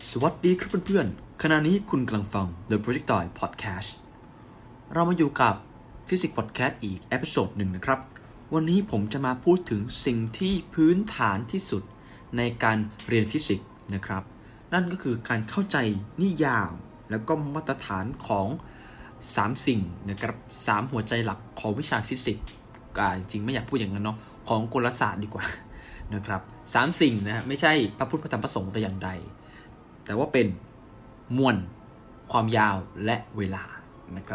สวัสดีครับเพื่อนๆขณะนี้คุณกำลังฟัง The Projectile Podcast เรามาอยู่กับ Physics Podcast อีกเอพิโซดหนึ่งนะครับวันนี้ผมจะมาพูดถึงสิ่งที่พื้นฐานที่สุดในการเรียนฟิสิกส์นะครับนั่นก็คือการเข้าใจนิยามแล้วก็มาตรฐานของ3สิ่งนะครับ3หัวใจหลักของวิชาฟิสิกส์จริงๆไม่อยากพูดอย่างนั้นเนาะของกลศาสตร์ดีกว่านะครับ3สิ่งนะไม่ใช่พระพุทธพระธรรมพระสงฆ์แต่อย่างใดแต่ว่าเป็นมวลความยาวและเวลานะครับ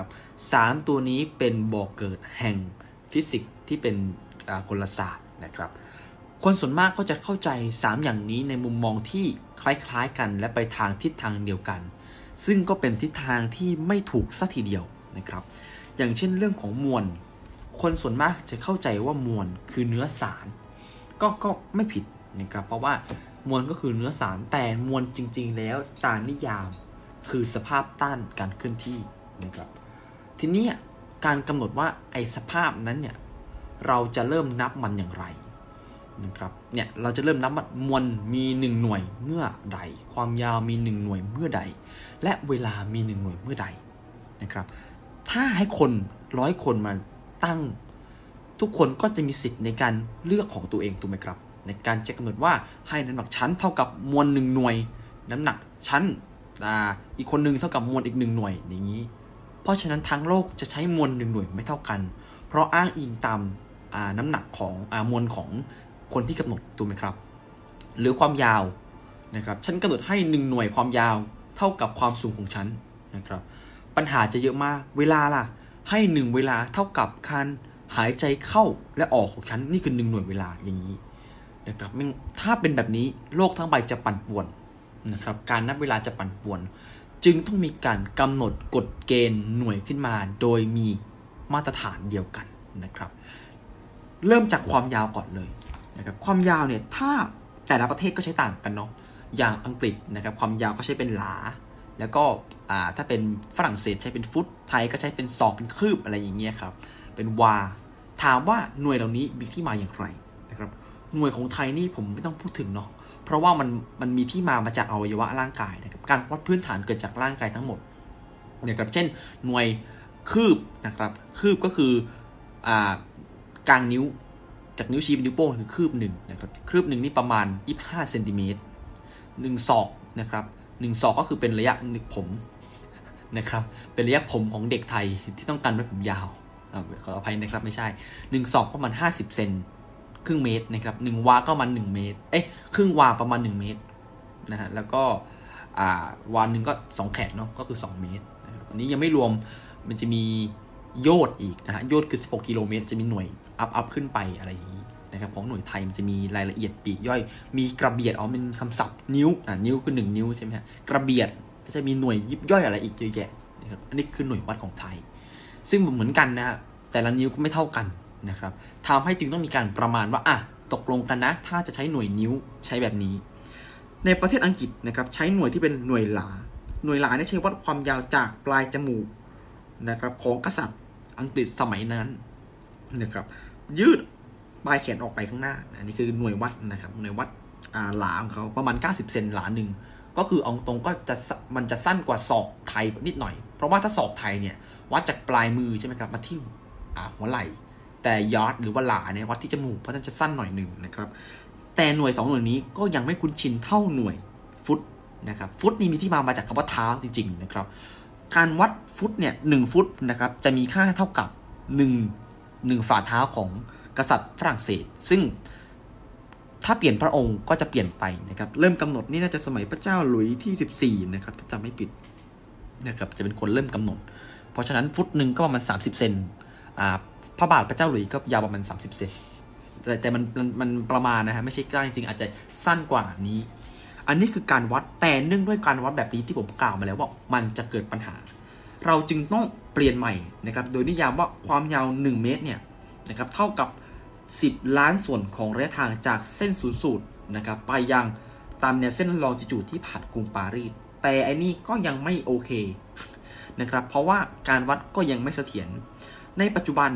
3ตัวนี้เป็นบ่อกเกิดแห่งฟิสิกส์ที่เป็นกลศาสตร์นะครับคนส่วนมากก็จะเข้าใจ3อย่างนี้ในมุมมองที่คล้ายๆกันและไปทางทิศทางเดียวกันซึ่งก็เป็นทิศทางที่ไม่ถูกซะทีเดียวนะครับอย่างเช่นเรื่องของมวลคนส่วนมากจะเข้าใจว่ามวลคือเนื้อสารก็ไม่ผิดนะครับเพราะว่ามวลก็คือเนื้อสารแต่มวลจริงๆแล้วตามนิยามคือสภาพต้านการเคลื่อนที่นะครับทีนี้การกำหนดว่าไอ้สภาพนั้นเนี่ยเราจะเริ่มนับมันอย่างไรนะครับเนี่ยเราจะเริ่มนับว่ามวลมี1หน่วยเมื่อใดความยาวมี1หน่วยเมื่อใดและเวลามี1หน่วยเมื่อใดนะครับถ้าให้คน100คนมาตั้งทุกคนก็จะมีสิทธิ์ในการเลือกของตัวเองถูกไหมครับในการจะกำหนดว่าให้น้ำหนักชั้นเท่ากับมวล1หน่วยน้ำหนักชั้นอีกคนนึงเท่ากับมวลอีก1หน่วยอย่างนี้เพราะฉะนั้นทั้งโลกจะใช้มวล1หน่วยไม่เท่ากันเพราะอ้างอิงตามน้ำหนักของมวลของคนที่กำหนดถูกไหมครับหรือความยาวนะครับฉันกำหนดให้1หน่วยความยาวเท่ากับความสูงของฉันนะครับปัญหาจะเยอะมากเวลาล่ะให้1เวลาเท่ากับการหายใจเข้าและออกของฉันนี่คือ1หน่วยเวลาอย่างนี้นะครับถ้าเป็นแบบนี้โลกทั้งใบจะปั่นป่วนนะครับการนับเวลาจะปั่นป่วนจึงต้องมีการกำหนดกฎเกณฑ์หน่วยขึ้นมาโดยมีมาตรฐานเดียวกันนะครับเริ่มจากความยาวก่อนเลยนะครับความยาวเนี่ยถ้าแต่ละประเทศก็ใช้ต่างกันเนาะอย่างอังกฤษนะครับความยาวเขาใช้เป็นหลาแล้วก็ถ้าเป็นฝรั่งเศสใช้เป็นฟุตไทยก็ใช้เป็นศอกเป็นคืบอะไรอย่างเงี้ยครับเป็นวาถามว่าหน่วยเหล่านี้มีที่มาอย่างไรนะครับหน่วยของไทยนี่ผมไม่ต้องพูดถึงเนาะเพราะว่ามันมีที่มาจากอวัยวะร่างกายนะครับการวัดพื้นฐานเกิดจากร่างกายทั้งหมดนะครับเช่นหน่วยคืบนะครับคืบก็คือกลางนิ้วจากนิ้วชี้เป็นนิ้วโป้งคือคืบหนึ่งนะครับคืบหนึ่งนี่ประมาณ25เซนติเมตร1ศอกนะครับ1ศอกก็คือเป็นระยะผมนะครับเป็นระยะผมของเด็กไทยที่ต้องการไว้ผมยาวขออภัยนะครับไม่ใช่1ศอกประมาณ50เซนครึ่งเมตรนะครับ1วาก็ประมาณ1เมตรครึ่งวาประมาณ1เมตรนะฮะแล้วก็วานึงก็2แขนเนาะก็คือ2เมตรนะครับอันนี้ยังไม่รวมมันจะมีโยชน์อีกนะฮะโยชน์คือ16กิโลเมตรจะมีหน่วยอัพขึ้นไปอะไรอย่างนี้นะครับของหน่วยไทยมันจะมีรายละเอียดปลีกย่อยมีกระเบียดเป็นคำศัพท์นิ้วนิ้วคือ1นิ้วใช่ไหมฮะกระเบียดก็จะมีหน่วยยิบย่อยอะไรอีกเยอะแยะนะครับอันนี้คือหน่วยวัดของไทยซึ่งเหมือนกันนะฮะแต่ละนิ้วก็ไม่เท่ากันนะครับทำให้จึงต้องมีการประมาณว่าตกลงกันนะถ้าจะใช้หน่วยนิ้วใช้แบบนี้ในประเทศอังกฤษนะครับใช้หน่วยที่เป็นหน่วยหลาเนี่ยใช้วัดความยาวจากปลายจมูกนะครับของกษัตริย์อังกฤษสมัยนั้นนะครับยืดปลายแขนออกไปข้างหน้าอันนี้คือหน่วยวัดนะครับหน่วยวัดหลาของเขาประมาณ90เซนหลาหนึ่งก็คือเอาตรงก็จะมันจะสั้นกว่าศอกไทยนิดหน่อยเพราะว่าถ้าศอกไทยเนี่ยวัดจากปลายมือใช่ไหมครับมาที่หัวไหล่แต่ยอร์ดหรือว่าหลาเนี่ยวัดที่จมูกเพราะนั้นจะสั้นหน่อยหนึ่งนะครับแต่หน่วย2หน่วยนี้ก็ยังไม่คุ้นชินเท่าหน่วยฟุตนะครับฟุตนี่มีที่มาจากคำว่าเท้าจริงๆนะครับการวัดฟุตเนี่ย1ฟุตนะครับจะมีค่าเท่ากับ1ฝ่าเท้าของกษัตริย์ฝรั่งเศสซึ่งถ้าเปลี่ยนพระองค์ก็จะเปลี่ยนไปนะครับเริ่มกำหนดนี่น่าจะสมัยพระเจ้าหลุยส์ที่14นะครับถ้าจำไม่ผิดนะครับจะเป็นคนเริ่มกำหนดเพราะฉะนั้นฟุตหนึ่งก็ประมาณ30เซนพระบาทพระเจ้าหลุยส์ก็ยาวประมาณ30เซนแต่มันประมาณนะฮะไม่ใช่ใกล้จริงอาจจะสั้นกว่านี้อันนี้คือการวัดแต่เนื่องด้วยการวัดแบบนี้ที่ผมกล่าวมาแล้วว่ามันจะเกิดปัญหาเราจึงต้องเปลี่ยนใหม่นะครับโดยนิยามว่าความยาว1เมตรเนี่ยนะครับเท่ากับ10ล้านส่วนของระยะทางจากเส้นศูนย์สูตรนะครับไปยังตามแนวเส้นลองจิจูดที่ผ่านกรุงปารีสแต่อันนี้ก็ยังไม่โอเคนะครับเพราะว่าการวัดก็ยังไม่เสถียรในปัจจุบัน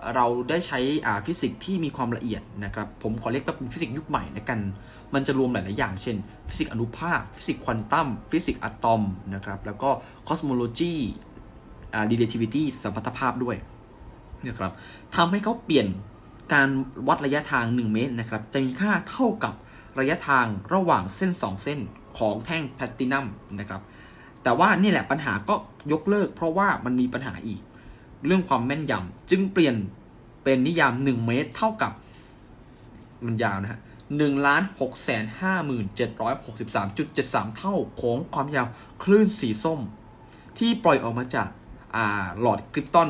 เราได้ใช้ฟิสิกส์ที่มีความละเอียดนะครับผมขอเรียกว่าเป็นฟิสิกส์ยุคใหม่แล้วกันมันจะรวมหลายๆอย่างเช่นฟิสิกส์อนุภาคฟิสิกส์ควอนตัมฟิสิกส์อะตอมนะครับแล้วก็คอสโมโลจีrelativity สัมพัทธภาพด้วยนะครับทำให้เขาเปลี่ยนการวัดระยะทาง 1 เมตรนะครับจะมีค่าเท่ากับระยะทางระหว่างเส้น 2 เส้นของแท่งแพลตินัมนะครับแต่ว่านี่แหละปัญหาก็ยกเลิกเพราะว่ามันมีปัญหาอีกเรื่องความแม่นยำจึงเปลี่ยนเป็นนิยาม 1 เมตรเท่ากับมันยาวนะฮะ 1,653,763.73 เท่าของความยาวคลื่นสีส้มที่ปล่อยออกมาจากหลอดคริปตอน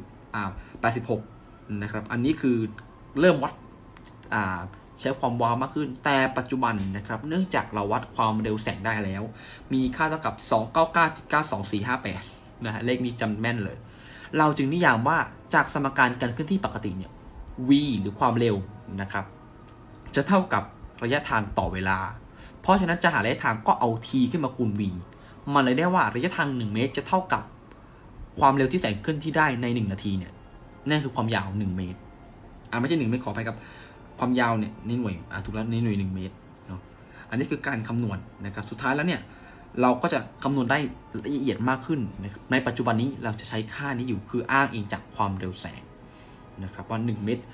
86นะครับอันนี้คือเริ่มวัดใช้ความวาวมากขึ้นแต่ปัจจุบันนะครับเนื่องจากเราวัดความเร็วแสงได้แล้วมีค่าเท่ากับ 299.92458 นะฮะเลขนี้จำแม่นเลยเราจึงนิยามว่าจากสมการการเคลื่อนที่ปกติเนี่ย v หรือความเร็วนะครับจะเท่ากับระยะทางต่อเวลาเพราะฉะนั้นจะหาระยะทางก็เอา t ขึ้นมาคูณ v มันเลยได้ว่าระยะทาง 1 เมตรจะเท่ากับความเร็วที่แสงเคลื่อนที่ได้ใน1 นาทีเนี่ยนั่นคือความยาว 1 เมตรไม่ใช่1 เมตรขอไปครับความยาวเนี่ยในหน่วยถูกแล้วในหน่วย 1 เมตรเนาะอันนี้คือการคำนวณนะครับสุดท้ายแล้วเนี่ยเราก็จะคำนวณได้ละเอียดมากขึ้นนะครับในปัจจุบันนี้เราจะใช้ค่านี้อยู่คืออ้างอิงจากความเร็วแสงนะครับว่า1 เมตร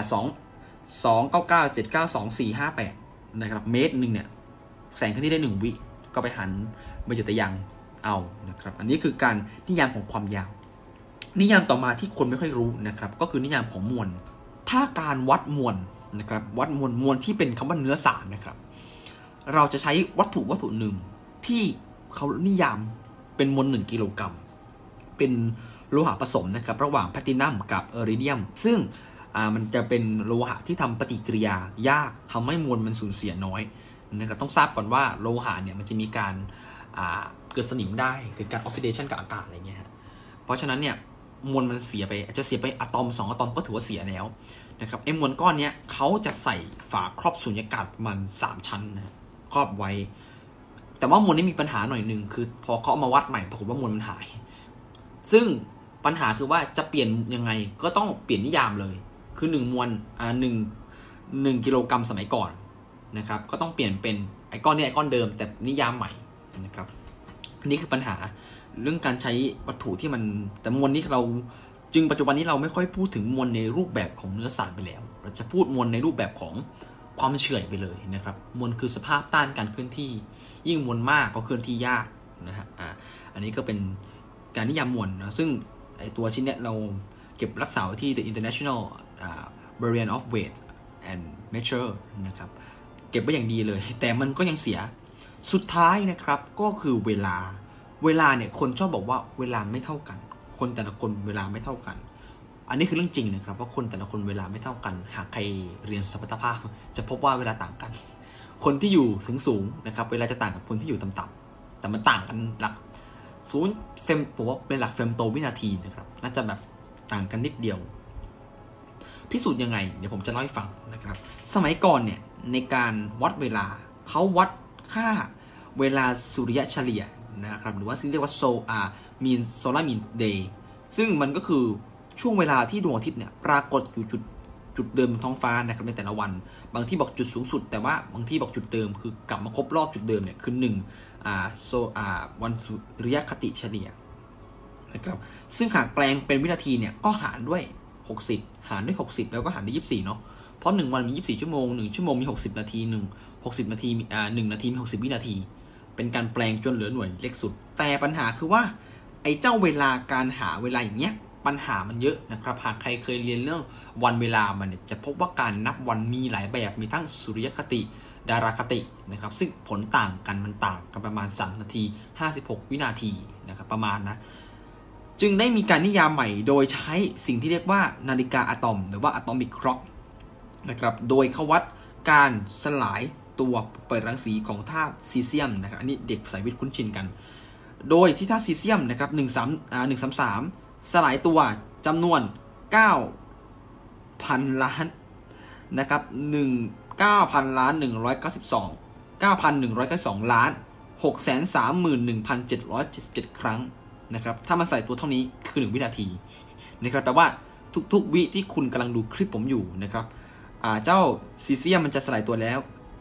299792458นะครับเมตรนึงเนี่ยแสงเคลื่อนที่ได้1 วิก็ไปหันบรรจัตยังเอานะครับอันนี้คือการนิยามของความยาวนิยามต่อมาที่คนไม่ค่อยรู้นะครับก็คือนิยามของมวลถ้าการวัดมวลนะครับวัดมวลที่เป็นคำว่าเนื้อสารนะครับเราจะใช้วัตถุหนึ่งที่เขานิยามเป็นมวล1 กิโลกรัมเป็นโลหะผสมนะครับระหว่างแพลตินัมกับเอริเดียมซึ่งมันจะเป็นโลหะที่ทำปฏิกิริยายากทำให้มวลมันสูญเสียน้อยนะครับต้องทราบก่อนว่าโลหะเนี่ยมันจะมีการเกิดสนิมได้เกิดการออกซิเดชันกับอากาศอะไรเงี้ยฮะเพราะฉะนั้นเนี่ยมวลมันเสียไปอาจจะเสียไปอะตอม2 อะตอมก็ถือว่าเสียแล้วนะครับไอ้มวลก้อนนี้เขาจะใส่ฝาครอบสุญญากาศมัน3 ชั้นนะครอบไว้แต่ว่ามวลนี้มีปัญหาหน่อยนึงคือพอเขาเอามาวัดใหม่ปรากฏว่ามวลมันหายซึ่งปัญหาคือว่าจะเปลี่ยนยังไงก็ต้องเปลี่ยนนิยามเลยคือ1 มวล1 กิโลกรัมสมัยก่อนนะครับก็ต้องเปลี่ยนเป็นไอ้ก้อนนี้ไอ้ก้อนเดิมแต่นิยามใหม่นะครับนี่คือปัญหาเรื่องการใช้วัตถุที่มันแต่มวลนี้เราจึงปัจจุบันนี้เราไม่ค่อยพูดถึงมวลในรูปแบบของเนื้อสารไปแล้วเราจะพูดมวลในรูปแบบของความเฉื่อยไปเลยนะครับมวลคือสภาพต้านการเคลื่อนที่ยิ่งมวลมากก็เคลื่อนที่ยากนะฮะอันนี้ก็เป็นการนิยามมวลนะซึ่งไอตัวชิ้นเนี้ยเราเก็บรักษาไว้ที่ The International Variant of Weight and Measure นะครับเก็บไว้อย่างดีเลยแต่มันก็ยังเสียสุดท้ายนะครับก็คือเวลาเนี่ยคนชอบบอกว่าเวลาไม่เท่ากันคนแต่ละคนเวลาไม่เท่ากันอันนี้คือเรื่องจริงนะครับว่าคนแต่ละคนเวลาไม่เท่ากันหากใครเรียนสมรรถภาพจะพบว่าเวลาต่างกันคนที่อยู่สูงนะครับเวลาจะต่างกับคนที่อยู่ต่ำๆแต่มันต่างกันหลัก0 เฟมผมว่าเป็นหลักเฟมโตวินาทีนะครับน่าจะแบบต่างกันนิดเดียวพิสูจน์ยังไงเดี๋ยวผมจะเล่าให้ฟังนะครับสมัยก่อนเนี่ยในการวัดเวลาเขาวัดค่าเวลาสุริยะเฉลี่ยนะครับหรือว่าที่เรียกว่ามีนโซลาร์มีนเดย์ซึ่งมันก็คือช่วงเวลาที่ดวงอาทิตย์เนี่ยปรากฏอยู่จุดเดิมบนท้องฟ้านะครับในแต่ละวันบางที่บอกจุดสูงสุดแต่ว่าบางที่บอกจุดเดิมคือกลับมาครบรอบจุดเดิมเนี่ยคือวันสุริยคติเฉลี่ยนะครับซึ่งหากแปลงเป็นวินาทีเนี่ยก็หารด้วย60หารด้วย60แล้วก็หารด้วย24เนาะเพราะ1 วันมี24 ชั่วโมง1 ชั่วโมงมี60 นาที60 นาที1 นาทีมี60 วินาทีเป็นการแปลงจนเหลือหน่วยเล็กสุดแต่ปัญหาคือว่าไอ้เจ้าเวลาการหาเวลาอย่างเงี้ยปัญหามันเยอะนะครับหากใครเคยเรียนเรื่องวันเวลามันเนี่ยจะพบว่าการนับวันมีหลายแบบมีทั้งสุริยคติดาราคตินะครับซึ่งผลต่างกันมันต่างกันประมาณ3 นาที56 วินาทีนะครับประมาณนะจึงได้มีการนิยามใหม่โดยใช้สิ่งที่เรียกว่านาฬิกาอะตอมหรือว่าอะตอมิกคล็อกนะครับโดยเขาวัดการสลายตัวเปิดรังสีของธาตุซีเซียมนะครับอันนี้เด็กสายวิทย์คุ้นชินกันโดยที่ธาตุซีเซียมนะครับ133สลายตัวจำนวน 9,000 ล้านนะครับ9,000 ล้าน9,192 ล้าน 631,777 ครั้งนะครับถ้ามันใส่ตัวเท่านี้คือ1 วินาทีนะครับแต่ว่าทุกๆวิที่คุณกำลังดูคลิปผมอยู่นะครับเจ้าซีเซียมมันจะสลายตัวแล้ว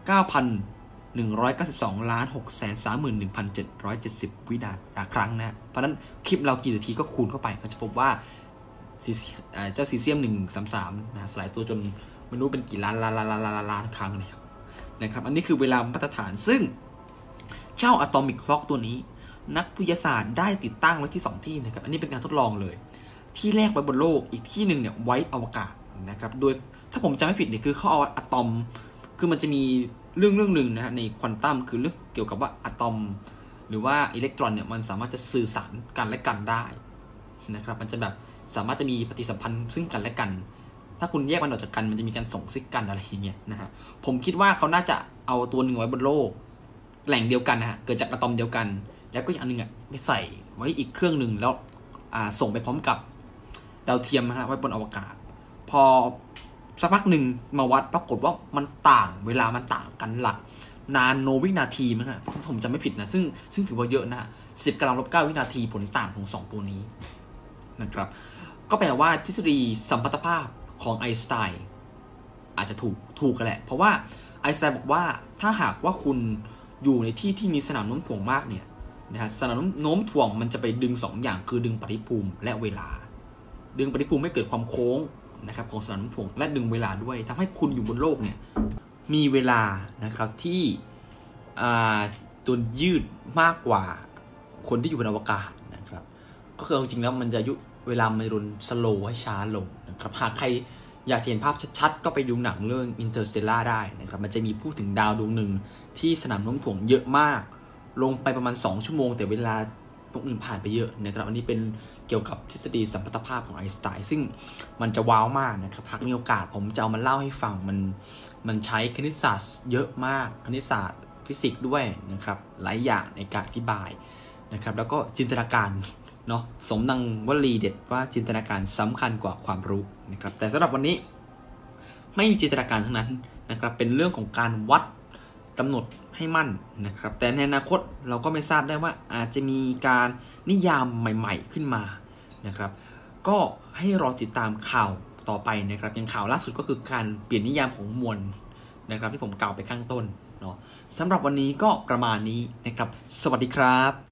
9,192,631,770 วินาทีครั้งนะเพราะนั้นคลิปเรากี่นาทีก็คูณเข้าไปก็จะพบว่าเจ้าซีเซียม133นะสลายตัวจนไม่รู้เป็นกี่ล้านครั้งแล้วนะครับอันนี้คือเวลามาตรฐานซึ่งเจ้า Atomic Clock ตัวนี้นักวิทยาศาสตร์ได้ติดตั้งไว้ที่2ที่นะครับอันนี้เป็นการทดลองเลยที่แรกไว้บนโลกอีกที่หนึ่งเนี่ยไว้อวกาศนะครับโดยถ้าผมจำไม่ผิดเนี่ยคือเขาเอาอะตอมคือมันจะมีเรื่องหนึ่งนะฮะในควอนตัมคือเรื่องเกี่ยวกับว่าอะตอมหรือว่าอิเล็กตรอนเนี่ยมันสามารถจะสื่อสารกันและกันได้นะครับมันจะแบบสามารถจะมีปฏิสัมพันธ์ซึ่งกันและกันถ้าคุณแยกมันออกจากกันมันจะมีการส่งซิกกันอะไรอย่างเงี้ยนะฮะผมคิดว่าเขาน่าจะเอาตัวหนึ่งไว้บนโลกแหล่งเดียวกันนะฮะเกิดจากอะตอมเดียวกันแล้วก็อีกอันนึงไปใส่ไว้อีกเครื่องนึงแล้วส่งไปพร้อมกับดาวเทียมฮะไว้บนอวกาศพอสักพักหนึ่งมาวัดปรากฏว่ามันต่างเวลามันต่างกันหลักนานโนวินาทีมั้งฮะผมจำไม่ผิดนะซึ่งถือว่าเยอะนะ10 กำลังลบ 9 วินาทีผลต่างของ2ตัวนี้นะครับก็แปลว่าทฤษฎีสัมพัทธภาพของไอน์สไตน์อาจจะถูกกันแหละเพราะว่าไอน์สไตน์บอกว่าถ้าหากว่าคุณอยู่ในที่ที่มีสนามโน้มถ่วงมากเนี่ยนะฮะสนามโน้มถ่วงมันจะไปดึง2อย่างคือดึงปฏิภูมิและเวลาดึงปฏิภูมิให้เกิดความโค้งนะครับของสนามโน้มถ่วงและดึงเวลาด้วยทำให้คุณอยู่บนโลกเนี่ยมีเวลานะครับที่ตัวยืดมากกว่าคนที่อยู่บนอวกาศนะครับก็คือจริงๆแล้วมันจะยุเวลามันรุนสโลว์ให้ช้าลงนะครับหากใครอยากเห็นภาพชัดๆก็ไปดูหนังเรื่อง Interstellar ได้นะครับมันจะมีพูดถึงดาวดวงหนึ่งที่สนามโน้มถ่วงเยอะมากลงไปประมาณ2 ชั่วโมงแต่เวลาตรงอื่นผ่านไปเยอะนะครับอันนี้เป็นเกี่ยวกับทฤษฎีสัมพัทธภาพของไอน์สไตน์ซึ่งมันจะว้าวมากนะครับหากมีโอกาสผมจะเอามาเล่าให้ฟังมันใช้คณิตศาสตร์เยอะมากคณิตศาสตร์ฟิสิกส์ด้วยนะครับหลายอย่างในการอธิบายนะครับแล้วก็จินตนาการเนาะสมดังวลีเด็ดว่าจินตนาการสำคัญกว่าความรู้นะครับแต่สำหรับวันนี้ไม่มีจินตนาการทั้งนั้นนะครับเป็นเรื่องของการวัดกำหนดให้มั่นนะครับแต่ในอนาคตเราก็ไม่ทราบได้ว่าอาจจะมีการนิยามใหม่ๆขึ้นมานะครับก็ให้รอติดตามข่าวต่อไปนะครับอย่างข่าวล่าสุดก็คือการเปลี่ยนนิยามของมวลนะครับที่ผมกล่าวไปข้างต้นเนาะสำหรับวันนี้ก็ประมาณนี้นะครับสวัสดีครับ